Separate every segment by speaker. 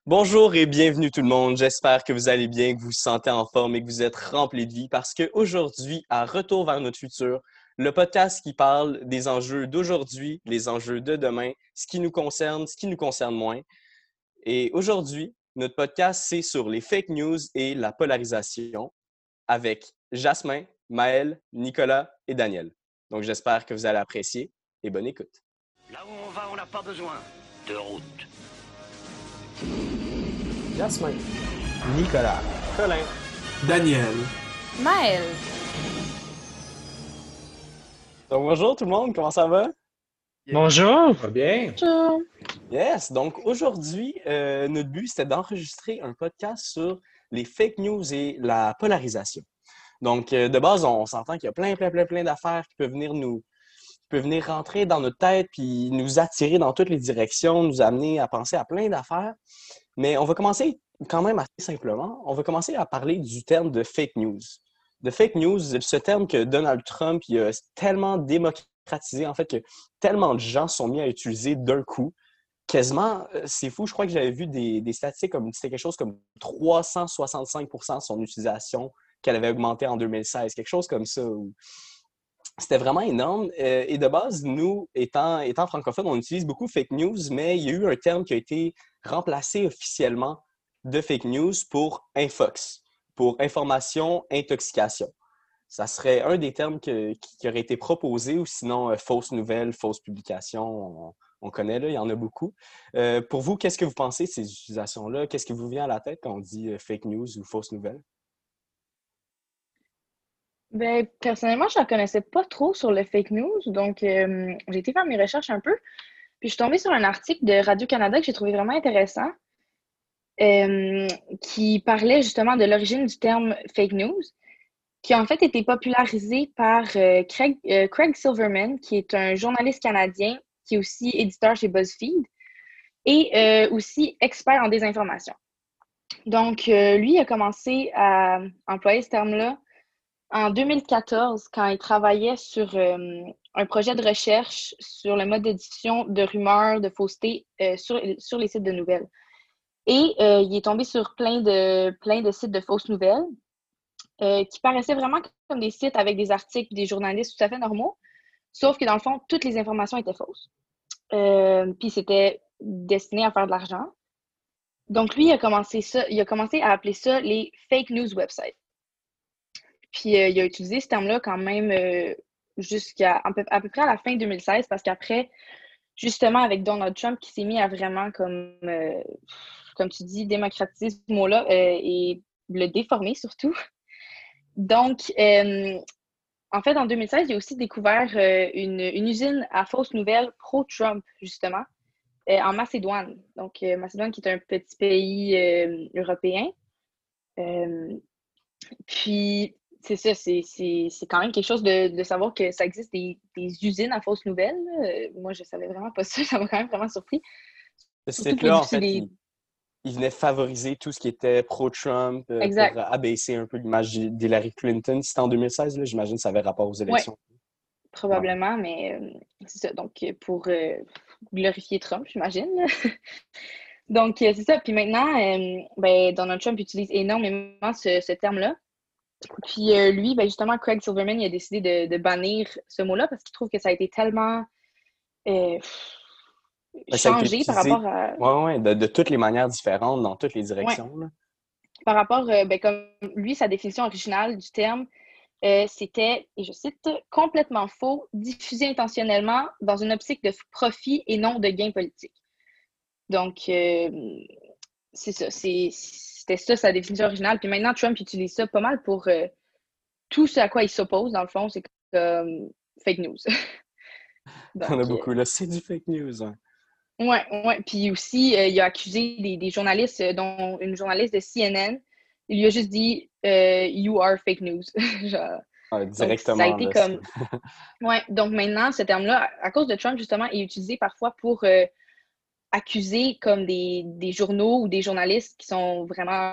Speaker 1: Bonjour et bienvenue tout le monde. J'espère que vous allez bien, que vous vous sentez en forme et que vous êtes remplis de vie parce qu'aujourd'hui, à Retour vers notre futur, le podcast qui parle des enjeux d'aujourd'hui, les enjeux de demain, ce qui nous concerne moins. Et aujourd'hui, notre podcast, c'est sur les fake news et la polarisation avec Jasmin, Maël, Nicolas et Daniel. Donc, j'espère que vous allez apprécier et bonne écoute.
Speaker 2: Là où on va, on n'a pas besoin de route.
Speaker 1: Jasmin, Nicolas, Colin,
Speaker 3: Daniel.
Speaker 4: Maël.
Speaker 1: Donc, bonjour tout le monde, comment ça va?
Speaker 5: Bonjour.
Speaker 3: Va bien?
Speaker 4: Bonjour.
Speaker 1: Yes, donc aujourd'hui, notre but, c'était d'enregistrer un podcast sur les fake news et la polarisation. Donc, de base, on s'entend qu'il y a plein d'affaires qui peuvent venir rentrer dans notre tête puis nous attirer dans toutes les directions, nous amener à penser à plein d'affaires. Mais on va commencer quand même assez simplement. On va commencer à parler du terme de fake news. De fake news, ce terme que Donald Trump il a tellement démocratisé, en fait, que tellement de gens sont mis à utiliser d'un coup. Quasiment, c'est fou, je crois que j'avais vu des statistiques comme c'était quelque chose comme 365% de son utilisation qu'elle avait augmenté en 2016, quelque chose comme ça. C'était vraiment énorme. Et de base, nous, étant francophones, on utilise beaucoup fake news, mais il y a eu un terme qui a été remplacé officiellement de fake news pour infox, pour information intoxication. Ça serait un des termes qui aurait été proposé, ou sinon fausse nouvelle, fausse publication, on connaît, là, il y en a beaucoup. Pour vous, qu'est-ce que vous pensez de ces utilisations-là? Qu'est-ce qui vous vient à la tête quand on dit fake news ou fausse nouvelle?
Speaker 4: Ben, personnellement, je ne la connaissais pas trop sur le fake news, donc j'ai été faire mes recherches un peu, puis je suis tombée sur un article de Radio-Canada que j'ai trouvé vraiment intéressant, qui parlait justement de l'origine du terme fake news, qui a en fait été popularisé par Craig Silverman, qui est un journaliste canadien, qui est aussi éditeur chez BuzzFeed, et aussi expert en désinformation. Donc, lui a commencé à employer ce terme-là en 2014, quand il travaillait sur un projet de recherche sur le mode de diffusion de rumeurs, de fausseté sur les sites de nouvelles. Et il est tombé sur plein de sites de fausses nouvelles qui paraissaient vraiment comme des sites avec des articles, des journalistes tout à fait normaux, sauf que dans le fond, toutes les informations étaient fausses. Puis c'était destiné à faire de l'argent. Donc lui, il a commencé à appeler ça les fake news websites. Puis il a utilisé ce terme-là quand même jusqu'à à peu près à la fin 2016, parce qu'après, justement, avec Donald Trump qui s'est mis à vraiment, comme tu dis, démocratiser ce mot-là et le déformer surtout. Donc, en fait, en 2016, il a aussi découvert une usine à fausses nouvelles pro-Trump, justement, en Macédoine. Donc, Macédoine qui est un petit pays européen. Puis, c'est ça, c'est quand même quelque chose de savoir que ça existe des usines à fausses nouvelles. Moi, je savais vraiment pas ça. Ça m'a quand même vraiment surpris.
Speaker 1: Ce
Speaker 4: Surtout pour
Speaker 1: site-là, en
Speaker 4: diffuser
Speaker 1: fait,
Speaker 4: des...
Speaker 1: il venait favoriser tout ce qui était pro-Trump pour
Speaker 4: Exact.
Speaker 1: abaisser un peu l'image d'Hillary Clinton. C'était en 2016, là, j'imagine que ça avait rapport aux
Speaker 4: Ouais,
Speaker 1: élections. Ouais.
Speaker 4: probablement, mais c'est ça. Donc, pour glorifier Trump, j'imagine. Donc, c'est ça. Puis maintenant, ben, Donald Trump utilise énormément ce terme-là. Puis lui, ben, justement, Craig Silverman, il a décidé de bannir ce mot-là parce qu'il trouve que ça a été tellement euh,
Speaker 1: Ça a été
Speaker 4: changé par
Speaker 1: utilisé
Speaker 4: rapport à...
Speaker 1: de toutes les manières différentes, dans toutes les
Speaker 4: Ouais,
Speaker 1: directions, là.
Speaker 4: par rapport, ben, comme lui, sa définition originale du terme, c'était, et je cite, complètement faux, diffusé intentionnellement dans une optique de profit et non de gain politique. Donc, c'est ça, c'était ça sa définition originale. Puis maintenant, Trump utilise ça pas mal pour tout ce à quoi il s'oppose, dans le fond, c'est comme fake news.
Speaker 1: Il y en
Speaker 4: Donc,
Speaker 1: a beaucoup, là. C'est du fake news, hein.
Speaker 4: ouais. Puis aussi, il a accusé des journalistes, dont une journaliste de CNN. Il lui a juste dit You are fake news. Genre,
Speaker 1: Ouais,
Speaker 4: donc, ça a
Speaker 1: directement,
Speaker 4: été
Speaker 1: là.
Speaker 4: comme. Ouais, donc maintenant, ce terme-là, à cause de Trump, justement, est utilisé parfois pour accuser comme des journaux ou des journalistes qui sont vraiment.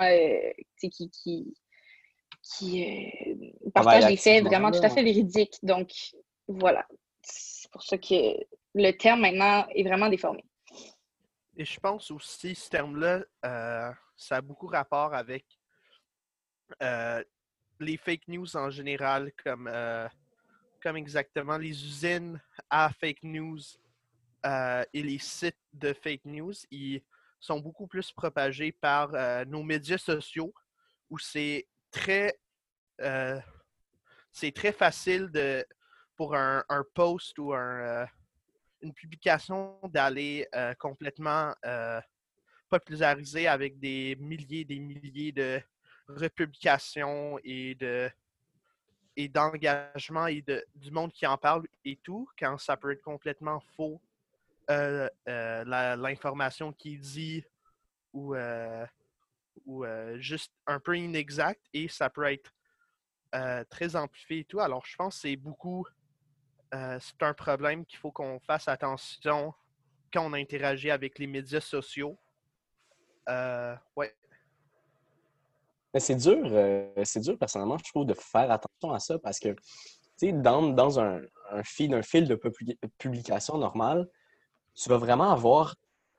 Speaker 4: Qui
Speaker 1: Travaille
Speaker 4: partagent des faits
Speaker 1: activement,
Speaker 4: vraiment tout à
Speaker 1: là.
Speaker 4: fait véridiques. Donc, voilà. C'est pour ça que le terme maintenant est vraiment déformé.
Speaker 3: Et je pense aussi, ce terme-là, ça a beaucoup rapport avec euh, les fake news en général, comme exactement les usines à fake news et les sites de fake news. Ils sont beaucoup plus propagés par nos médias sociaux où euh, c'est très facile pour un post ou une publication d'aller complètement popularisé avec des milliers de republications et d'engagement du monde qui en parle et tout, quand ça peut être complètement faux, l'information qui dit ou, juste un peu inexact et ça peut être très amplifié et tout. Alors, je pense que c'est un problème qu'il faut qu'on fasse attention quand on interagit avec les médias sociaux. Ouais.
Speaker 1: Mais c'est dur personnellement, je trouve, de faire attention à ça parce que, tu sais, dans un fil de publication normal, tu vas vraiment avoir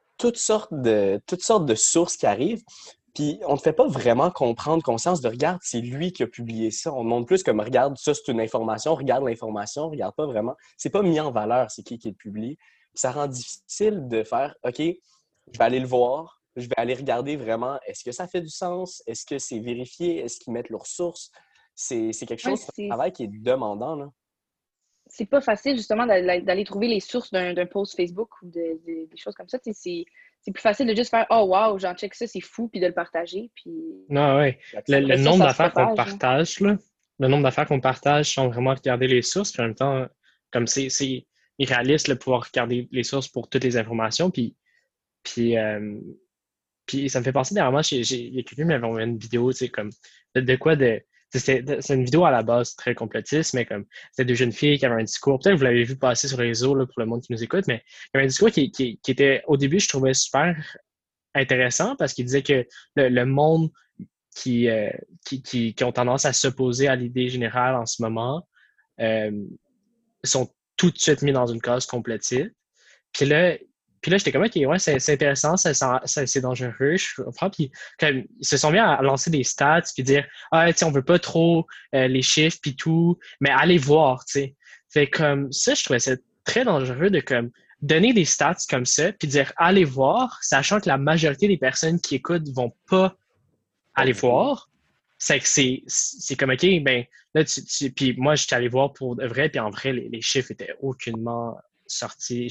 Speaker 1: toutes sortes de sources qui arrivent. Puis on ne te fait pas vraiment comprendre, conscience de regarde, c'est lui qui a publié ça. On montre plus comme regarde, ça c'est une information, regarde l'information, regarde pas vraiment. C'est pas mis en valeur, c'est qui le publie. Puis ça rend difficile de faire OK, je vais aller le voir, je vais aller regarder vraiment, est-ce que ça fait du sens? Est-ce que c'est vérifié? Est-ce qu'ils mettent leurs sources? C'est quelque
Speaker 4: Ouais,
Speaker 1: chose, c'est un travail qui est demandant, là.
Speaker 4: c'est pas facile justement d'aller trouver les sources d'un post Facebook ou des choses comme ça. C'est plus facile de juste faire oh wow, j'en check ça, c'est fou, puis de le partager. Puis
Speaker 5: Non, ouais. Le
Speaker 4: après ça,
Speaker 5: nombre
Speaker 4: ça se
Speaker 5: d'affaires qu'on
Speaker 4: propage.
Speaker 5: partage, là, le nombre d'affaires qu'on partage sans vraiment regarder les sources, puis en même temps, comme c'est irréaliste de pouvoir regarder les sources pour toutes les informations, puis, euh, puis ça me fait penser dernièrement, il y a quelqu'un qui m'avait envoyé une vidéo, tu sais, comme de quoi de. C'est une vidéo à la base très complotiste, mais comme c'était deux jeunes filles qui avaient un discours. Peut-être que vous l'avez vu passer sur les réseaux là, pour le monde qui nous écoute, mais il y avait un discours qui était, au début, je trouvais super intéressant parce qu'il disait que le monde qui, euh, qui ont tendance à s'opposer à l'idée générale en ce moment euh, sont tout de suite mis dans une case complotiste. Puis là, j'étais comme, OK, ouais, c'est intéressant, c'est dangereux, je comprends. Puis comme, ils se sont mis à lancer des stats, puis dire, ah, tu sais, on veut pas trop les chiffres, puis tout, mais allez voir, tu sais. Fait comme ça, je trouvais ça très dangereux de comme donner des stats comme ça, puis dire, allez voir, sachant que la majorité des personnes qui écoutent vont pas aller voir. C'est que c'est comme, OK, ben là, puis moi, j'étais allé voir pour de vrai, puis en vrai, les chiffres étaient aucunement sortis.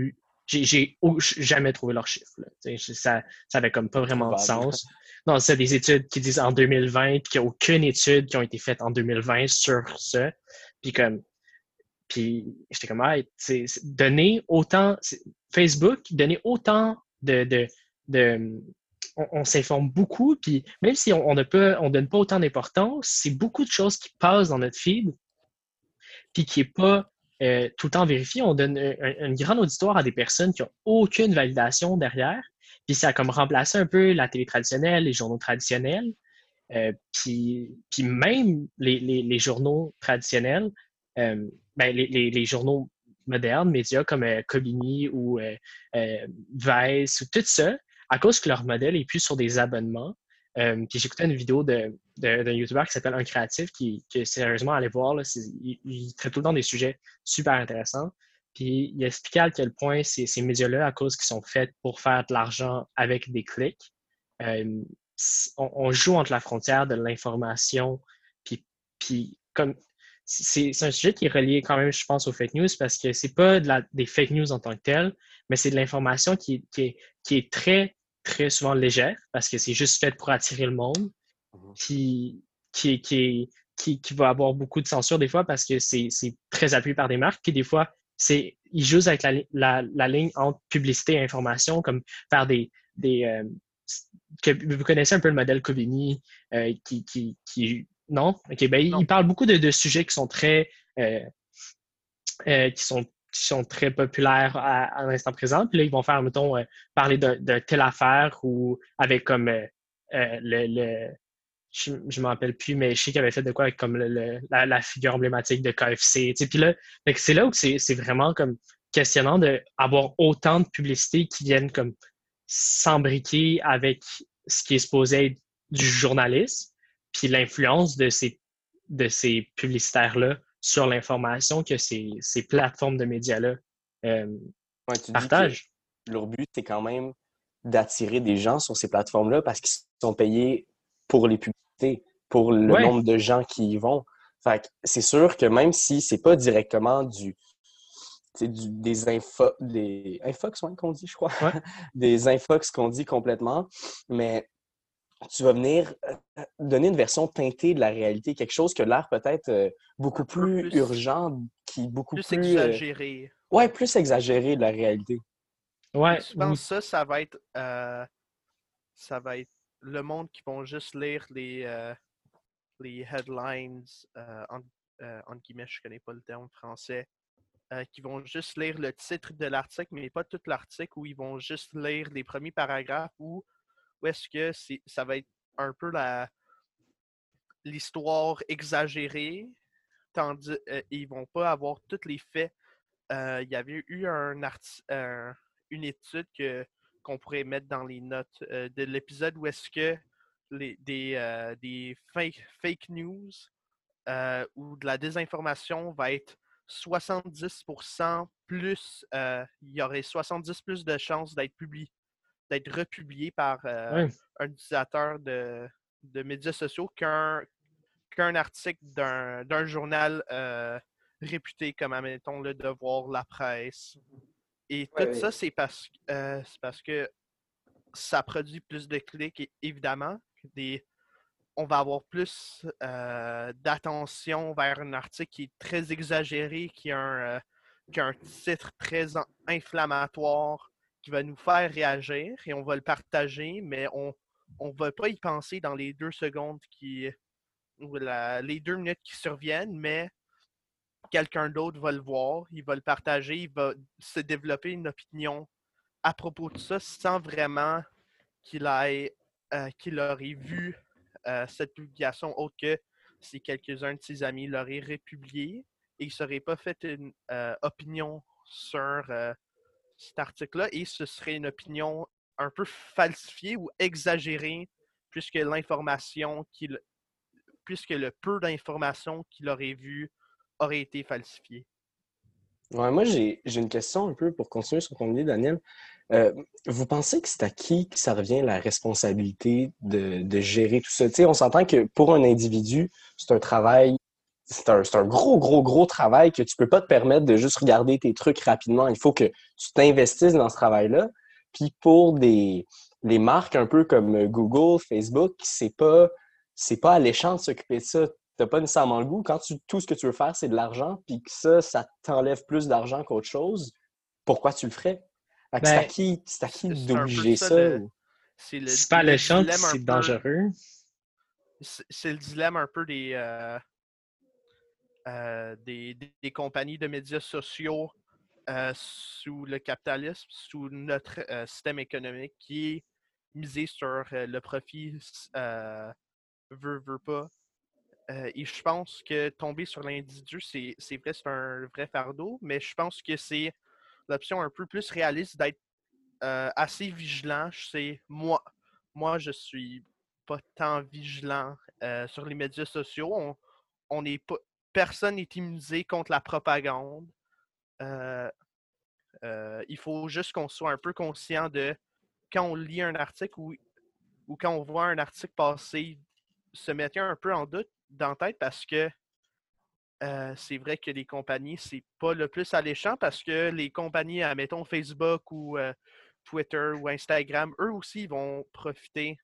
Speaker 5: J'ai jamais trouvé leurs chiffres. Là. Ça avait comme pas vraiment de
Speaker 1: Trouvable.
Speaker 5: sens. Non, c'est des études qui disent en 2020, puis qu'il n'y a aucune étude qui a été faite en 2020 sur ça. Puis comme, puis j'étais comme, ah, donner autant, Facebook, donner autant de on s'informe beaucoup, puis même si on donne pas autant d'importance, c'est beaucoup de choses qui passent dans notre feed, puis qui est pas tout le temps vérifié. On donne une grande auditoire à des personnes qui ont aucune validation derrière, puis ça a comme remplacé un peu la télé traditionnelle, les journaux traditionnels, puis même les journaux traditionnels, ben, les journaux modernes, médias comme Combini ou Vice ou tout ça, à cause que leur modèle est plus sur des abonnements. Puis j'écoutais une vidéo d'un YouTuber qui s'appelle Un Créatif, qui sérieusement, allez voir, là, il traite tout le temps des sujets super intéressants. Puis il expliquait à quel point ces médias-là, à cause qu'ils sont faits pour faire de l'argent avec des clics, euh, on joue entre la frontière de l'information, puis comme c'est un sujet qui est relié quand même, je pense, aux fake news parce que c'est pas des fake news en tant que telles, mais c'est de l'information qui est très, très souvent légère parce que c'est juste fait pour attirer le monde, qui, qui, qui, qui va avoir beaucoup de censure des fois parce que c'est très appuyé par des marques, puis des fois, ils jouent avec la ligne entre publicité et information, comme faire des vous connaissez un peu le modèle Combini, non? OK, ben,
Speaker 3: Non.
Speaker 5: il parle beaucoup de sujets qui sont très euh, qui sont très populaires à l'instant présent. Puis là, ils vont faire, mettons, parler de telle affaire ou avec comme je ne m'en rappelle plus, mais je sais qu'il avait fait de quoi avec comme la figure emblématique de KFC. Tu sais. Puis là, c'est là où c'est vraiment comme questionnant d'avoir autant de publicités qui viennent comme s'embriquer avec ce qui est supposé être du journalisme, puis l'influence de ces publicitaires-là sur l'information que ces plateformes de médias-là
Speaker 1: Ouais, tu dis que
Speaker 5: partagent.
Speaker 1: leur but, c'est quand même d'attirer des gens sur ces plateformes-là parce qu'ils sont payés pour les publicités, pour le
Speaker 5: Ouais,
Speaker 1: nombre de gens qui y vont. Fait que c'est sûr que même si c'est pas directement des infox, ouais, qu'on dit, je crois,
Speaker 5: ouais.
Speaker 1: des infox qu'on dit complètement, mais tu vas venir donner une version teintée de la réalité, quelque chose que l'air peut-être beaucoup
Speaker 3: Un peu
Speaker 1: plus urgent,
Speaker 3: plus exagéré.
Speaker 1: ouais, plus exagéré de la réalité.
Speaker 3: Et
Speaker 5: Ouais,
Speaker 3: souvent, ça va être le monde qui vont juste lire les headlines, entre guillemets, je connais pas le terme français, qui vont juste lire le titre de l'article, mais pas tout l'article, ou ils vont juste lire les premiers paragraphes, ou est-ce que ça va être un peu l'histoire exagérée, tandis ils vont pas avoir tous les faits. Il y avait eu une étude qu'on pourrait mettre dans les notes de l'épisode où est-ce que des fake news ou de la désinformation va être 70% plus, il y aurait 70 plus de chances d'être republié par
Speaker 5: ouais.
Speaker 3: un utilisateur de médias sociaux qu'un article d'un journal réputé comme, admettons, Le Devoir, La Presse. Et tout ça, c'est parce que ça produit plus de clics, évidemment. On va avoir plus d'attention vers un article qui est très exagéré, qui a un titre très inflammatoire, qui va nous faire réagir et on va le partager, mais on ne va pas y penser dans les 2 secondes ou les 2 minutes qui surviennent, mais quelqu'un d'autre va le voir, il va le partager, il va se développer une opinion à propos de ça sans vraiment qu'il aurait vu cette publication autre que si quelques-uns de ses amis l'auraient republié et il ne serait pas fait une opinion sur cet article-là et ce serait une opinion un peu falsifiée ou exagérée puisque puisque le peu d'informations qu'il aurait vu aurait été falsifié.
Speaker 1: Ouais, moi, j'ai une question un peu pour continuer sur ton idée, Daniel. Euh, Vous pensez que c'est à qui que ça revient la responsabilité de gérer tout ça? Tu sais, on s'entend que pour un individu, c'est un travail, c'est un gros, gros, gros travail que tu peux pas te permettre de juste regarder tes trucs rapidement. Il faut que tu t'investisses dans ce travail-là. Puis pour les marques un peu comme Google, Facebook, c'est pas alléchant de s'occuper de ça. T'as pas nécessairement le goût. Quand tout ce que tu veux faire, c'est de l'argent, puis que ça t'enlève plus d'argent qu'autre chose, pourquoi tu le ferais? Fait que
Speaker 5: Ben,
Speaker 1: c'est à qui
Speaker 3: C'est un peu
Speaker 1: d'obliger
Speaker 3: ça
Speaker 1: ça?
Speaker 3: c'est
Speaker 5: c'est pas
Speaker 3: le
Speaker 5: alléchant, puis
Speaker 3: dilemme un
Speaker 5: c'est
Speaker 3: peu.
Speaker 5: dangereux.
Speaker 3: C'est le dilemme un peu des compagnies de médias sociaux sous le capitalisme, sous notre système économique qui est misé sur le profit veut pas. Et je pense que tomber sur l'individu, c'est vrai, c'est un vrai fardeau, mais je pense que c'est l'option un peu plus réaliste d'être assez vigilant. Moi, je suis pas tant vigilant sur les médias sociaux. On est pas, personne n'est immunisé contre la propagande. Euh, il faut juste qu'on soit un peu conscient de quand on lit un article ou quand on voit un article passer, se mettre un peu en doute dans la tête parce que c'est vrai que les compagnies, c'est pas le plus alléchant parce que les compagnies, admettons Facebook ou Twitter ou Instagram, eux aussi vont profiter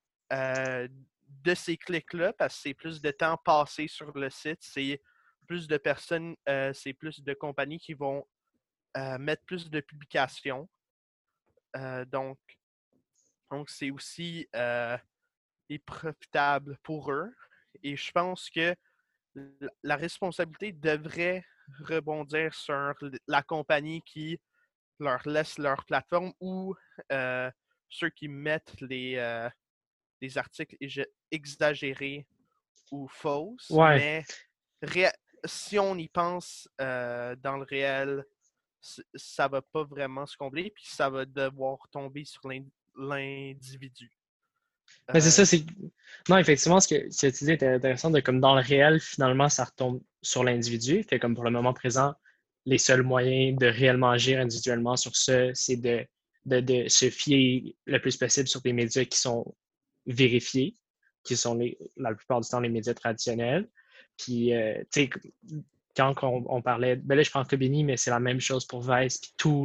Speaker 3: de ces clics-là parce que c'est plus de temps passé sur le site, c'est plus de personnes, c'est plus de compagnies qui vont mettre plus de publications. Euh, donc, donc, c'est aussi profitable pour eux. Et je pense que la responsabilité devrait rebondir sur la compagnie qui leur laisse leur plateforme ou euh, ceux qui mettent les articles exagérés ou fausses.
Speaker 5: Ouais,
Speaker 3: Mais si on y pense dans le réel, ça va pas vraiment se combler, puis ça va devoir tomber sur l'individu.
Speaker 5: Mais c'est ça, c'est. Non, effectivement, ce que tu dis est intéressant de comme dans le réel, finalement, ça retombe sur l'individu. Fait comme pour le moment présent, les seuls moyens de réellement agir individuellement sur ça, c'est de se fier le plus possible sur des médias qui sont vérifiés, qui sont la plupart du temps les médias traditionnels. Puis, tu sais, quand on parlait, ben là, je prends Kobeni, mais c'est la même chose pour Vice, puis tous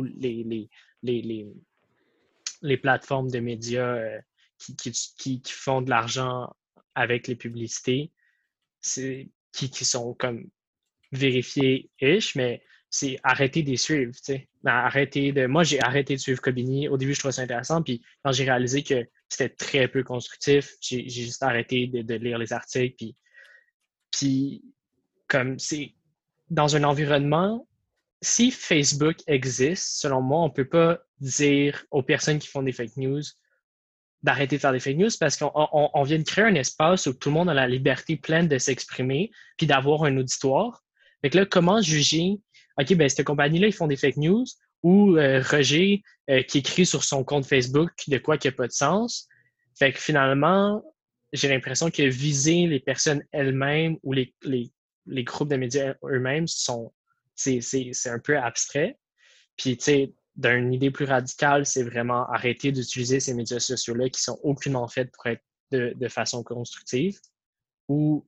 Speaker 5: les plateformes de médias qui font de l'argent avec les publicités, qui sont comme vérifiées-ish, mais c'est arrêter de les suivre, tu sais. Moi, j'ai arrêté de suivre Kobeni. Au début, je trouvais ça intéressant, puis quand j'ai réalisé que c'était très peu constructif, j'ai juste arrêté de lire les articles, puis comme c'est dans un environnement, si Facebook existe, selon moi, on ne peut pas dire aux personnes qui font des fake news d'arrêter de faire des fake news parce qu'on vient de créer un espace où tout le monde a la liberté pleine de s'exprimer puis d'avoir un auditoire. Fait que là, comment juger, OK, ben cette compagnie-là, ils font des fake news ou Roger qui écrit sur son compte Facebook de quoi qui n'a pas de sens. Fait que finalement, j'ai l'impression que viser les personnes elles-mêmes ou les groupes de médias eux-mêmes c'est un peu abstrait. Puis, tu sais, d'une idée plus radicale, c'est vraiment arrêter d'utiliser ces médias sociaux-là qui sont aucunement faits pour être de façon constructive ou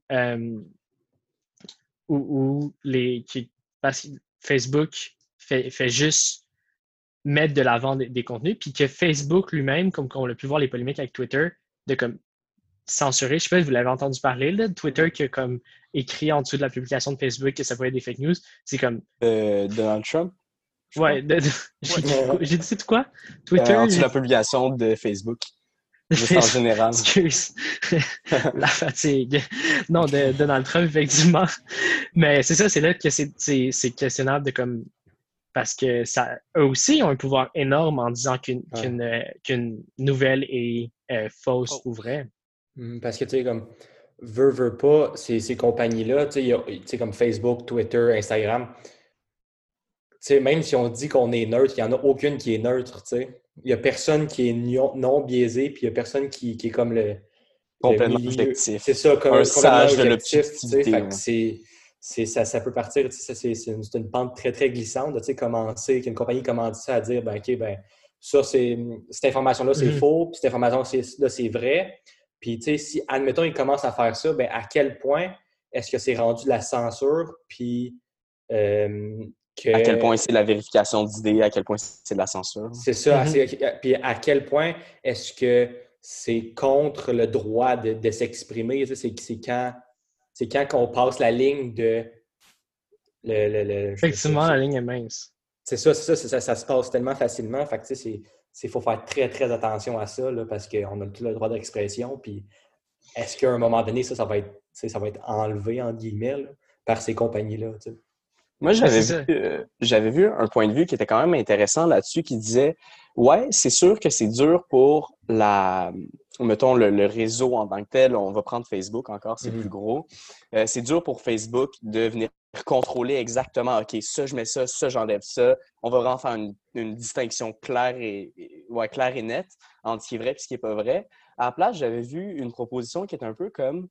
Speaker 5: parce que Facebook fait juste mettre de l'avant des contenus, puis que Facebook lui-même, comme on l'a pu voir les polémiques avec Twitter, de comme censurer, je sais pas si vous l'avez entendu parler, là, de Twitter qui a comme écrit en dessous de la publication de Facebook que ça pouvait être des fake news, c'est comme...
Speaker 1: Donald Trump?
Speaker 5: Ouais, j'ai dit quoi? Twitter?
Speaker 1: En dessous de la publication de Facebook. Juste en général.
Speaker 5: Excuse. La fatigue. Non, de Donald Trump, effectivement. Mais c'est ça, c'est là que c'est questionnable de comme... Parce que eux aussi ont un pouvoir énorme en disant qu'une nouvelle est fausse ou vraie.
Speaker 6: Parce que, tu sais, comme, veut pas, ces compagnies-là, tu sais, comme Facebook, Twitter, Instagram, tu sais, même si on dit qu'on est neutre, il n'y en a aucune qui est neutre, tu sais. Il n'y a personne qui est non biaisé, puis il n'y a personne qui est comme
Speaker 1: complètement
Speaker 6: milieu.
Speaker 1: objectif.
Speaker 6: C'est ça, comme
Speaker 1: un sage de
Speaker 6: l'objectivité.
Speaker 1: l'objectivité.
Speaker 6: Ça peut partir, c'est une pente très, très glissante, tu sais, commencer, qu'une compagnie commence à dire, ben, OK, ben, ça, cette information-là, c'est faux, puis cette information-là, c'est vrai. Puis, tu sais, si, admettons, ils commencent à faire ça, ben, à quel point est-ce que c'est rendu de la censure, puis
Speaker 1: À quel point c'est la vérification d'idées, à quel point c'est de la censure.
Speaker 6: C'est ça. Puis à quel point est-ce que c'est contre le droit de s'exprimer? C'est quand qu'on passe la ligne de...
Speaker 5: Effectivement, la ligne est mince.
Speaker 6: C'est ça, ça se passe tellement facilement. Fait que, tu sais, il faut faire très, très attention à ça là, parce qu'on a tout le droit d'expression. Puis est-ce qu'à un moment donné, ça va être enlevé, entre guillemets, là, par ces compagnies-là? Tu sais?
Speaker 1: Moi, j'avais vu un point de vue qui était quand même intéressant là-dessus, qui disait ouais, c'est sûr que c'est dur pour mettons, le réseau en tant que tel. On va prendre Facebook encore, c'est plus gros. C'est dur pour Facebook de venir contrôler exactement, OK, ça, je mets ça, j'enlève ça. On va vraiment faire une distinction claire et nette entre ce qui est vrai et ce qui n'est pas vrai. À la place, j'avais vu une proposition qui est un peu comme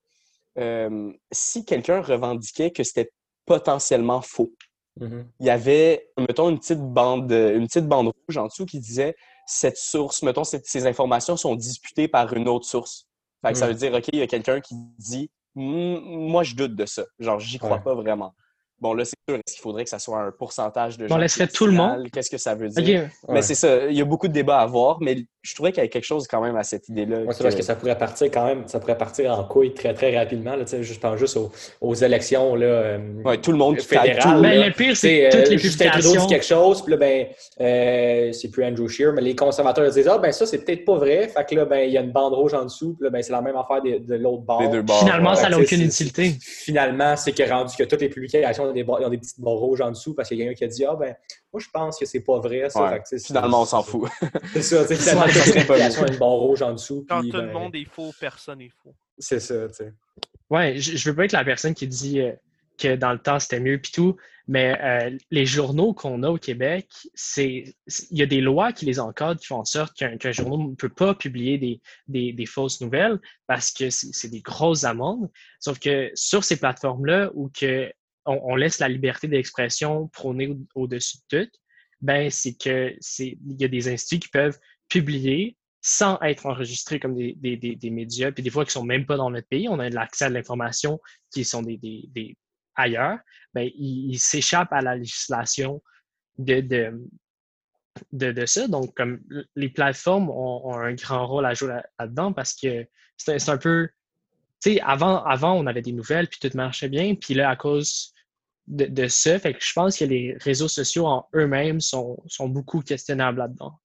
Speaker 1: si quelqu'un revendiquait que c'était potentiellement faux. Il y avait, mettons, une petite bande rouge en dessous qui disait cette source, mettons, ces informations sont disputées par une autre source. Fait que ça veut dire, OK, il y a quelqu'un qui dit moi, je doute de ça. Genre, j'y crois pas vraiment. Bon, là, c'est sûr, est-ce qu'il faudrait que ça soit un pourcentage de gens?
Speaker 5: On laisserait tout le monde?
Speaker 1: Qu'est-ce que ça veut dire? Okay. Mais c'est ça, il y a beaucoup de débats à avoir, mais je trouvais qu'il y avait quelque chose quand même à cette idée-là.
Speaker 6: Oui, c'est parce que ça pourrait partir quand même, en couille très, très rapidement. Là, je pense juste aux élections là,
Speaker 1: tout le monde
Speaker 6: fédérales.
Speaker 5: Mais le pire, c'est toutes les
Speaker 6: Justin Trudeau dit quelque chose, puis là, c'est plus Andrew Scheer, mais les conservateurs disent ça, c'est peut-être pas vrai. Fait que là, il y a une bande rouge en dessous, puis là, c'est la même affaire de l'autre bord.
Speaker 1: Les deux bords.
Speaker 5: Finalement, ça n'a aucune utilité.
Speaker 6: Finalement, c'est que rendu que toutes les publications ont des petites barres rouges en dessous parce qu'il y a quelqu'un qui a dit moi je pense que c'est pas vrai ça.
Speaker 1: Ouais. Fait que, finalement on s'en fout.
Speaker 6: C'est ça, finalement toute publication a une barre rouge en dessous.
Speaker 3: Quand tout le monde est faux, personne n'est faux.
Speaker 6: C'est ça, tu sais.
Speaker 5: Ouais, je veux pas être la personne qui dit que dans le temps c'était mieux pis tout, Mais les journaux qu'on a au Québec, il y a des lois qui les encadrent, qui font en sorte qu'un journal ne peut pas publier des fausses nouvelles parce que c'est des grosses amendes. Sauf que sur ces plateformes-là, où on laisse la liberté d'expression prônée au-dessus de tout, ben il y a des instituts qui peuvent publier sans être enregistrés comme des médias, puis des fois qui sont même pas dans notre pays. On a l'accès à l'information qui sont ailleurs, ben, ils s'échappent à la législation de ça. Donc, comme les plateformes ont un grand rôle à jouer là-dedans parce que c'est un peu. Tu sais, avant, on avait des nouvelles, puis tout marchait bien. Puis là, à cause de ça, fait que je pense que les réseaux sociaux en eux-mêmes sont beaucoup questionnables là-dedans.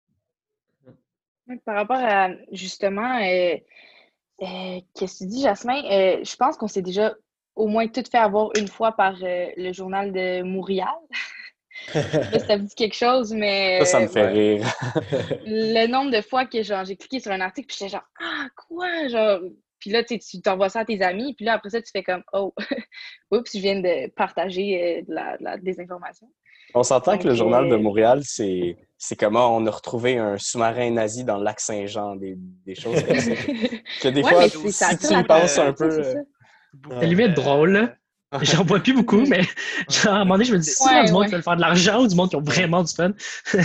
Speaker 4: Par rapport à, justement, qu'est-ce que tu dis, Jasmin? Je pense qu'on s'est déjà au moins tout fait avoir une fois par le journal de Montréal. Je sais pas si ça vous dit quelque chose, mais
Speaker 1: Ça me fait rire.
Speaker 4: le nombre de fois que genre j'ai cliqué sur un article puis j'étais genre ah quoi genre puis là tu t'envoies ça à tes amis puis là après ça tu fais comme oh oups je viens de partager de la désinformation.
Speaker 1: On s'entend que
Speaker 4: Donc
Speaker 1: le journal de Montréal, c'est comment on a retrouvé un sous-marin nazi dans le lac Saint-Jean, des choses comme ça. Que des
Speaker 4: ouais
Speaker 1: fois,
Speaker 4: mais
Speaker 1: si
Speaker 4: ça
Speaker 1: tu y penses un peu...
Speaker 4: c'est ça.
Speaker 5: C'est limite drôle, là. J'en vois plus beaucoup, mais genre, à un moment donné, je me dis, c'est du monde qui veut faire de l'argent ou du monde qui ont vraiment du fun.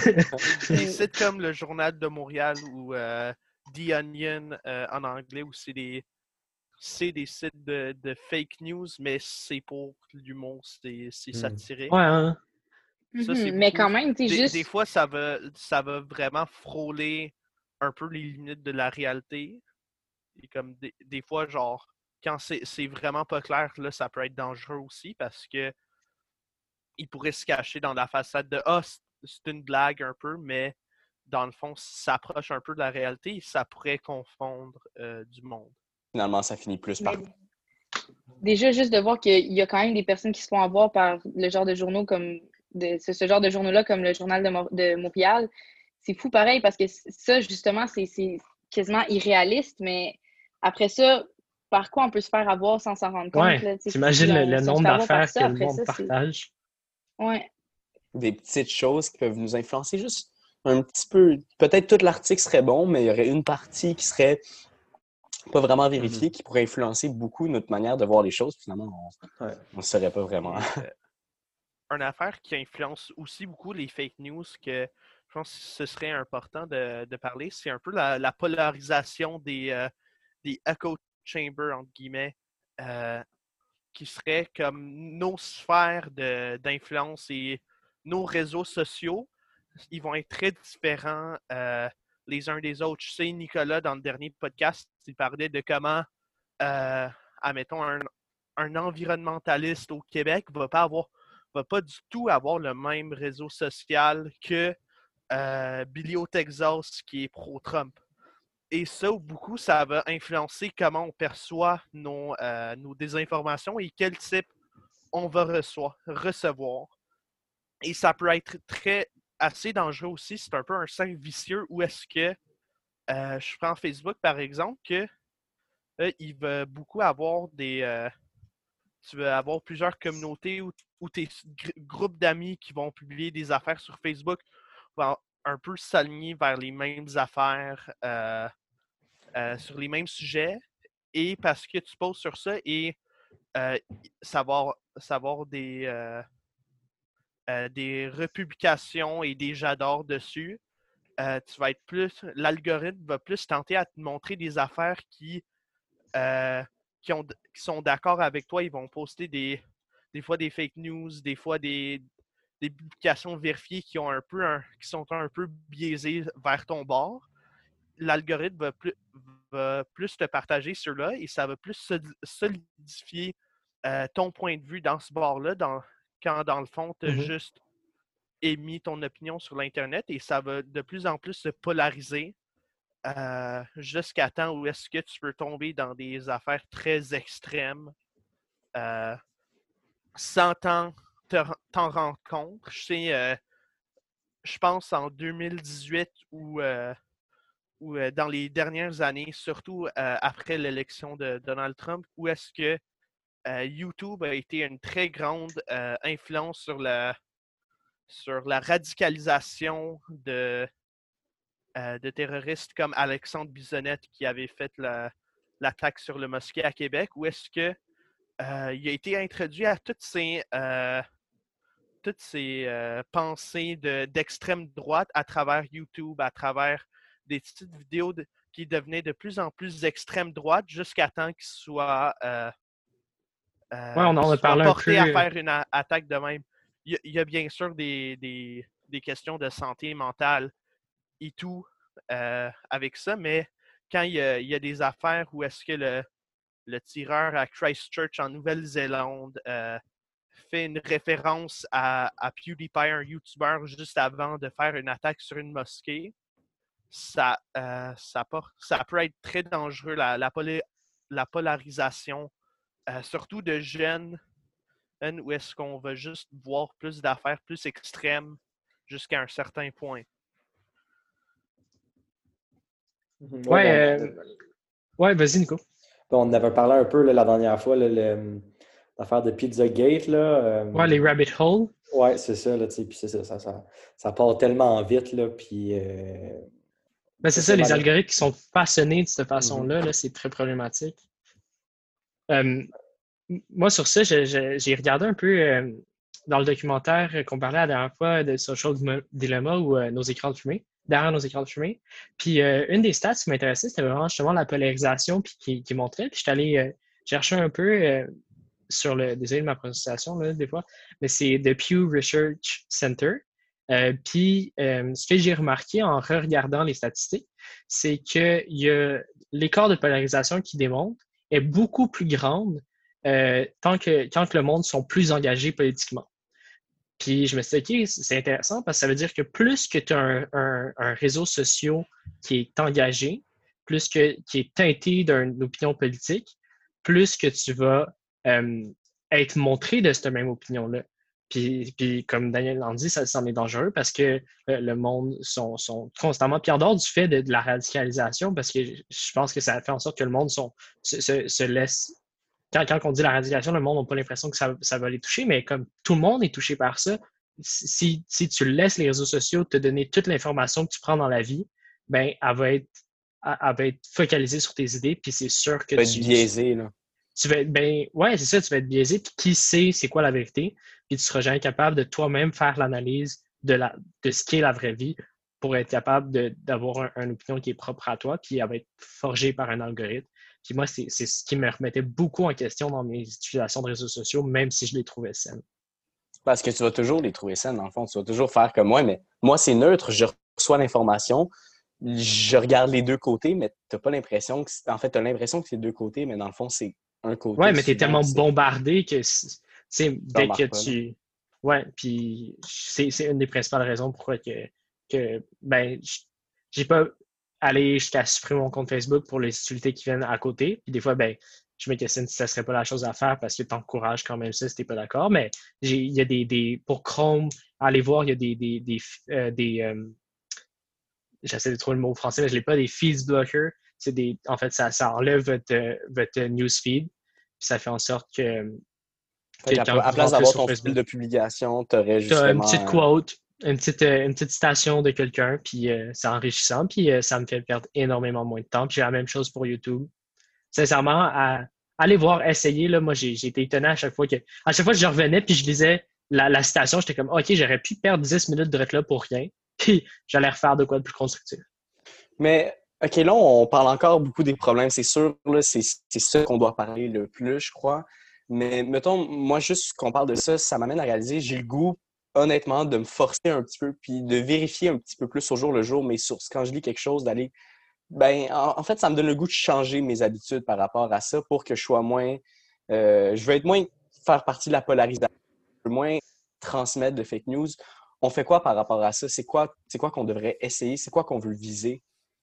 Speaker 3: Des sites comme le Journal de Montréal ou The Onion en anglais, où c'est des sites de fake news, mais c'est pour l'humour, c'est satiré.
Speaker 5: Ouais, hein?
Speaker 3: Ça, c'est
Speaker 4: mais
Speaker 3: beaucoup.
Speaker 4: quand même, tu sais, juste...
Speaker 3: Des fois, ça va vraiment frôler un peu les limites de la réalité. Et comme des fois, genre, quand c'est vraiment pas clair, là, ça peut être dangereux aussi parce que il pourrait se cacher dans la façade de ah, c'est une blague un peu, mais dans le fond, ça s'approche un peu de la réalité et ça pourrait confondre du monde.
Speaker 1: Finalement, ça finit plus par...
Speaker 4: Déjà, juste de voir qu'il y a quand même des personnes qui se font avoir par le genre de journaux comme ce genre de journaux-là, comme le Journal de Montréal, c'est fou pareil parce que ça, justement, c'est quasiment irréaliste, mais après ça, par quoi on peut se faire avoir sans s'en rendre compte?
Speaker 5: Ouais, t'imagines le nombre d'affaires que le monde partage.
Speaker 4: Ouais.
Speaker 1: Des petites choses qui peuvent nous influencer juste un petit peu. Peut-être tout l'article serait bon, mais il y aurait une partie qui serait pas vraiment vérifiée, qui pourrait influencer beaucoup notre manière de voir les choses. Finalement, on ne saurait pas vraiment.
Speaker 3: Une affaire qui influence aussi beaucoup les fake news que je pense que ce serait important de parler, c'est un peu la polarisation des echo chambers, entre guillemets, qui seraient comme nos sphères d'influence et nos réseaux sociaux. Ils vont être très différents les uns des autres. Je sais, Nicolas, dans le dernier podcast, il parlait de comment, admettons, un environnementaliste au Québec va pas du tout avoir le même réseau social que Billy au Texas qui est pro-Trump. Et ça, beaucoup, ça va influencer comment on perçoit nos désinformations et quel type on va recevoir. Et ça peut être assez dangereux aussi. C'est un peu un cercle vicieux où est-ce que je prends Facebook, par exemple, que il va beaucoup avoir tu vas avoir plusieurs communautés ou tes groupes d'amis qui vont publier des affaires sur Facebook vont un peu s'aligner vers les mêmes affaires sur les mêmes sujets. Et parce que tu poses sur ça et savoir des republications et des j'adore dessus, tu vas être l'algorithme va plus tenter à te montrer des affaires qui sont d'accord avec toi. Ils vont poster des fois des fake news, des fois des publications vérifiées qui sont un peu biaisées vers ton bord. L'algorithme va plus te partager ceux-là et ça va plus solidifier ton point de vue dans ce bord-là, quand dans le fond, tu as juste émis ton opinion sur l'Internet et ça va de plus en plus se polariser jusqu'à temps où est-ce que tu peux tomber dans des affaires très extrêmes sans t'en rendre compte. Je pense en 2018 ou dans les dernières années, surtout après l'élection de Donald Trump, où est-ce que YouTube a été une très grande influence sur la radicalisation de terroristes comme Alexandre Bissonnette qui avait fait l'attaque sur le mosquée à Québec, où est-ce que il a été introduit à toutes ces pensées d'extrême droite à travers YouTube, à travers des petites vidéos qui devenaient de plus en plus extrême droite jusqu'à temps qu'ils soient
Speaker 5: Ouais, on en a parlé un
Speaker 3: portés à
Speaker 5: peu.
Speaker 3: faire une attaque de même. Il y a bien sûr des questions de santé mentale et tout avec ça, mais quand il y a des affaires où est-ce que le tireur à Christchurch en Nouvelle-Zélande fait une référence à PewDiePie, un YouTuber, juste avant de faire une attaque sur une mosquée, ça peut être très dangereux, la polarisation, surtout de jeunes, où est-ce qu'on va juste voir plus d'affaires plus extrêmes jusqu'à un certain point.
Speaker 5: Ouais, ouais, vas-y, Nico.
Speaker 6: On en avait parlé un peu là, la dernière fois, là, l'affaire de Pizzagate. Là,
Speaker 5: Ouais, les rabbit holes.
Speaker 6: Ouais, c'est ça. Là, puis c'est ça part tellement vite. Là, puis,
Speaker 5: Ben, c'est ça, les
Speaker 6: mal...
Speaker 5: algorithmes qui sont façonnés de cette façon-là, là, c'est très problématique. Moi, sur ça, j'ai regardé un peu dans le documentaire qu'on parlait la dernière fois de Social Dilemma ou nos écrans de fumée, derrière nos écrans de fumée. Puis une des stats qui m'intéressait, c'était vraiment justement la polarisation puis qui montrait. Puis je suis allé chercher un peu sur le. Désolé de ma prononciation, là, des fois, mais c'est The Pew Research Center. Puis ce que j'ai remarqué en regardant les statistiques, c'est que l'écart de polarisation qui démontre est beaucoup plus grande quand le monde sont plus engagés politiquement. Puis je me suis dit, OK, c'est intéressant parce que ça veut dire que plus que tu as un réseau social qui est engagé, qui est teinté d'une opinion politique, plus que tu vas être montré de cette même opinion-là. Puis comme Daniel l'a dit, ça en est dangereux parce que le monde sont constamment. Puis en dehors du fait de la radicalisation, parce que je pense que ça fait en sorte que le monde se laisse quand on dit la radicalisation, le monde n'a pas l'impression que ça va les toucher, mais comme tout le monde est touché par ça, si tu laisses les réseaux sociaux te donner toute l'information que tu prends dans la vie, ben, elle va être focalisée sur tes idées, puis c'est sûr que
Speaker 1: Tu vas être biaisé, là.
Speaker 5: tu vas être, ben, ouais, c'est ça, tu vas être biaisé, puis qui sait c'est quoi la vérité, puis tu seras jamais capable de toi-même faire l'analyse de ce qu'est la vraie vie pour être capable d'avoir une opinion qui est propre à toi, puis elle va être forgée par un algorithme. Puis moi, c'est ce qui me remettait beaucoup en question dans mes utilisations de réseaux sociaux, même si je les trouvais saines.
Speaker 1: Parce que tu vas toujours les trouver saines, dans le fond. Tu vas toujours faire comme moi, mais moi, c'est neutre. Je reçois l'information, je regarde les deux côtés, mais tu n'as pas l'impression que... En fait, tu as l'impression que c'est deux côtés, mais dans le fond, c'est un côté.
Speaker 5: Ouais, mais tu es
Speaker 1: souvent,
Speaker 5: tellement bombardé que dès que
Speaker 1: pas,
Speaker 5: tu... Ouais, puis c'est une des principales raisons pourquoi ben, j'ai pas allé jusqu'à supprimer mon compte Facebook pour les utilités qui viennent à côté. Puis des fois, ben, je me questionne si ça serait pas la chose à faire parce que tu encourages quand même ça si t'es pas d'accord. Mais il y a pour Chrome, aller voir, il y a j'essaie de trouver le mot français, mais je l'ai pas, des feeds blockers. En fait, ça enlève votre newsfeed. Puis ça fait en sorte que quand
Speaker 1: à
Speaker 5: vous
Speaker 1: place
Speaker 5: rentrez
Speaker 1: d'avoir
Speaker 5: sur
Speaker 1: ton
Speaker 5: Facebook,
Speaker 1: fil de publication, tu aurais
Speaker 5: tu as une
Speaker 1: justement...
Speaker 5: petite quote, une petite citation de quelqu'un, puis c'est enrichissant, puis ça me fait perdre énormément moins de temps. Puis j'ai la même chose pour YouTube. Sincèrement, allez voir, essayez. Là, moi, j'ai été étonné à chaque fois que je revenais, puis je lisais la citation, j'étais comme, OK, j'aurais pu perdre 10 minutes de là pour rien, puis j'allais refaire de quoi de plus constructif.
Speaker 1: Mais, OK, là, on parle encore beaucoup des problèmes. C'est sûr, là, c'est ça qu'on doit parler le plus, je crois. Mais, mettons, moi, juste qu'on parle de ça, ça m'amène à réaliser, j'ai le goût, honnêtement, de me forcer un petit peu, puis de vérifier un petit peu plus au jour le jour mes sources. Quand je lis quelque chose, d'aller... Ben, en fait, ça me donne le goût de changer mes habitudes par rapport à ça pour que je sois moins... je veux être moins faire partie de la polarisation, je veux moins transmettre de fake news. On fait quoi par rapport à ça? C'est quoi qu'on devrait essayer? C'est quoi qu'on veut viser?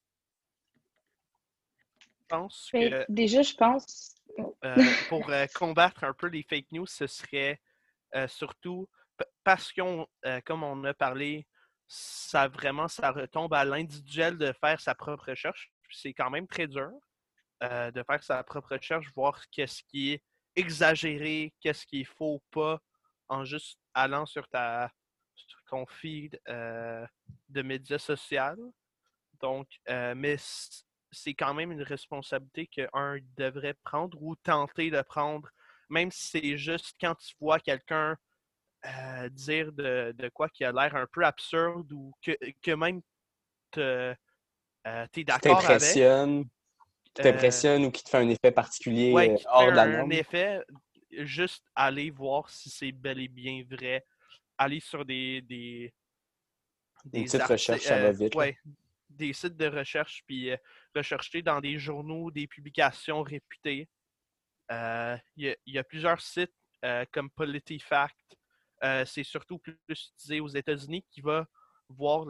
Speaker 3: Je pense
Speaker 4: Mais
Speaker 3: que
Speaker 4: déjà, je pense.
Speaker 3: pour combattre un peu les fake news, ce serait surtout parce comme on a parlé, ça retombe à l'individuel de faire sa propre recherche. C'est quand même très dur de faire sa propre recherche, voir qu'est-ce qui est exagérer qu'est-ce qu'il faut pas en juste allant sur ton feed de médias sociaux. Donc, mais c'est quand même une responsabilité qu'un devrait prendre ou tenter de prendre, même si c'est juste quand tu vois quelqu'un dire de quoi qui a l'air un peu absurde ou que même t'es
Speaker 1: Qui
Speaker 3: d'accord avec.
Speaker 1: t'impressionne, ou qui te fait un effet particulier
Speaker 3: Ouais, qui te fait
Speaker 1: hors de la
Speaker 3: un
Speaker 1: norme.
Speaker 3: effet, juste aller voir si c'est bel et bien vrai. Aller sur
Speaker 1: Une
Speaker 3: des
Speaker 1: petite
Speaker 3: articles,
Speaker 1: recherche, ça va vite. Là.
Speaker 3: ouais, des sites de recherche, puis rechercher dans des journaux, des publications réputées. Il y a plusieurs sites comme PolitiFact. C'est surtout plus utilisé aux États-Unis qui va voir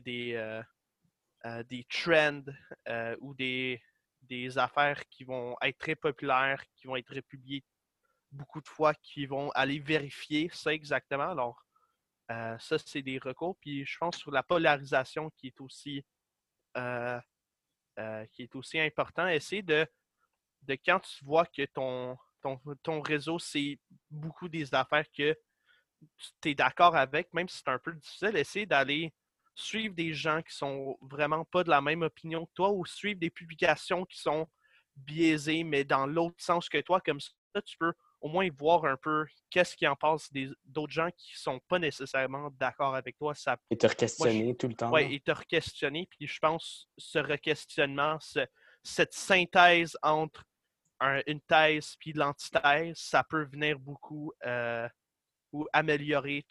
Speaker 3: des trends ou des affaires qui vont être très populaires, qui vont être publiées beaucoup de fois, qui vont aller vérifier ça exactement. Alors, ça, c'est des recours. Puis je pense sur la polarisation euh, qui est aussi important, essayer de quand tu vois que ton réseau, c'est beaucoup des affaires que tu es d'accord avec, même si c'est un peu difficile, essayer d'aller suivre des gens qui sont vraiment pas de la même opinion que toi ou suivre des publications qui sont biaisées, mais dans l'autre sens que toi. Comme ça, tu peux au moins voir un peu qu'est-ce qui en passe d'autres gens qui sont pas nécessairement d'accord avec toi. Ça,
Speaker 1: Et te
Speaker 3: moi,
Speaker 1: re-questionner tout le temps.
Speaker 3: ouais,
Speaker 1: Là.
Speaker 3: et te re-questionner. Puis je pense ce re-questionnement, cette synthèse entre une thèse puis l'antithèse, ça peut venir beaucoup ou améliorer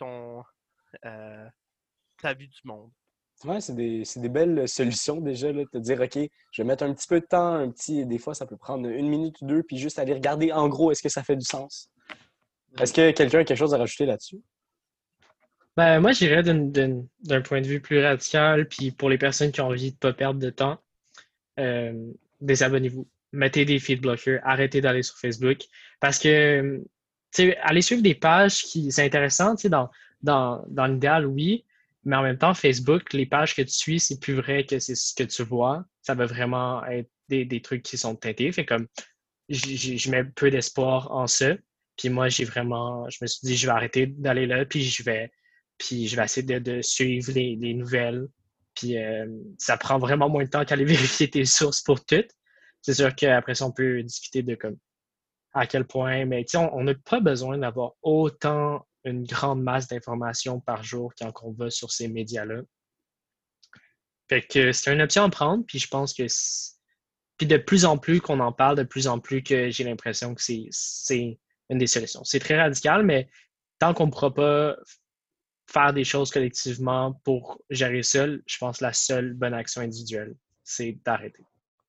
Speaker 3: ta vue du monde.
Speaker 1: Ouais, c'est des belles solutions déjà, là, de te dire, OK, je vais mettre un petit peu de temps, des fois, ça peut prendre 1 minute ou 2, puis juste aller regarder en gros, est-ce que ça fait du sens? Est-ce que quelqu'un a quelque chose à rajouter là-dessus?
Speaker 5: Ben, moi, j'irais d'un point de vue plus radical, puis pour les personnes qui ont envie de pas perdre de temps, euh, désabonnez-vous. Mettez des feed blockers, arrêtez d'aller sur Facebook. Parce que, tu sais, aller suivre des pages c'est intéressant, tu sais, dans l'idéal, oui, mais en même temps, Facebook, les pages que tu suis, c'est plus vrai que c'est ce que tu vois. Ça va vraiment être des trucs qui sont teintés. Fait comme, je mets peu d'espoir en ça. Puis moi, je me suis dit, je vais arrêter d'aller là, puis je vais essayer de suivre les nouvelles. Puis ça prend vraiment moins de temps qu'aller vérifier tes sources pour toutes. C'est sûr qu'après ça, on peut discuter de comme à quel point, mais on n'a pas besoin d'avoir autant une grande masse d'informations par jour quand on va sur ces médias-là. Fait que c'est une option à prendre, puis je pense que puis de plus en plus qu'on en parle, de plus en plus que j'ai l'impression que c'est une des solutions. C'est très radical, mais tant qu'on ne pourra pas faire des choses collectivement pour gérer seul, je pense que la seule bonne action individuelle, c'est d'arrêter.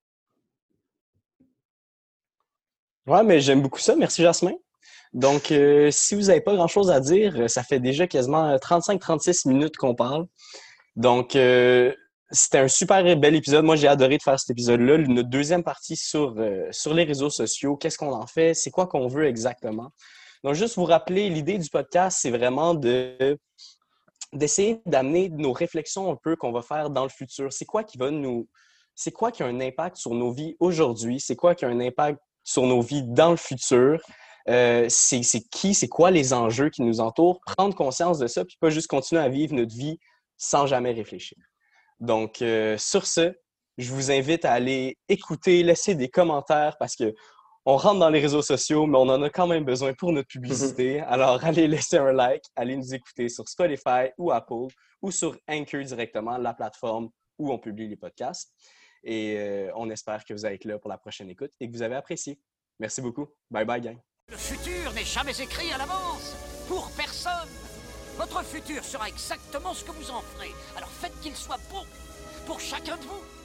Speaker 1: Ouais, mais j'aime beaucoup ça. Merci, Jasmin. Donc, si vous n'avez pas grand-chose à dire, ça fait déjà quasiment 35-36 minutes qu'on parle. Donc, c'était un super bel épisode. Moi, j'ai adoré de faire cet épisode-là. Notre deuxième partie sur les réseaux sociaux. Qu'est-ce qu'on en fait? C'est quoi qu'on veut exactement? Donc, juste vous rappeler, l'idée du podcast, c'est vraiment d'essayer d'amener nos réflexions un peu qu'on va faire dans le futur. C'est quoi qui a un impact sur nos vies aujourd'hui? C'est quoi qui a un impact sur nos vies dans le futur? C'est quoi les enjeux qui nous entourent? Prendre conscience de ça, puis pas juste continuer à vivre notre vie sans jamais réfléchir. Donc, sur ce, je vous invite à aller écouter, laisser des commentaires parce que on rentre dans les réseaux sociaux, mais on en a quand même besoin pour notre publicité. Alors, allez laisser un like, allez nous écouter sur Spotify ou Apple ou sur Anchor directement, la plateforme où on publie les podcasts. Et on espère que vous allez être là pour la prochaine écoute et que vous avez apprécié. Merci beaucoup. Bye bye, gang.
Speaker 2: Le futur n'est jamais écrit à l'avance, pour personne. Votre futur sera exactement ce que vous en ferez. Alors faites qu'il soit bon pour chacun de vous.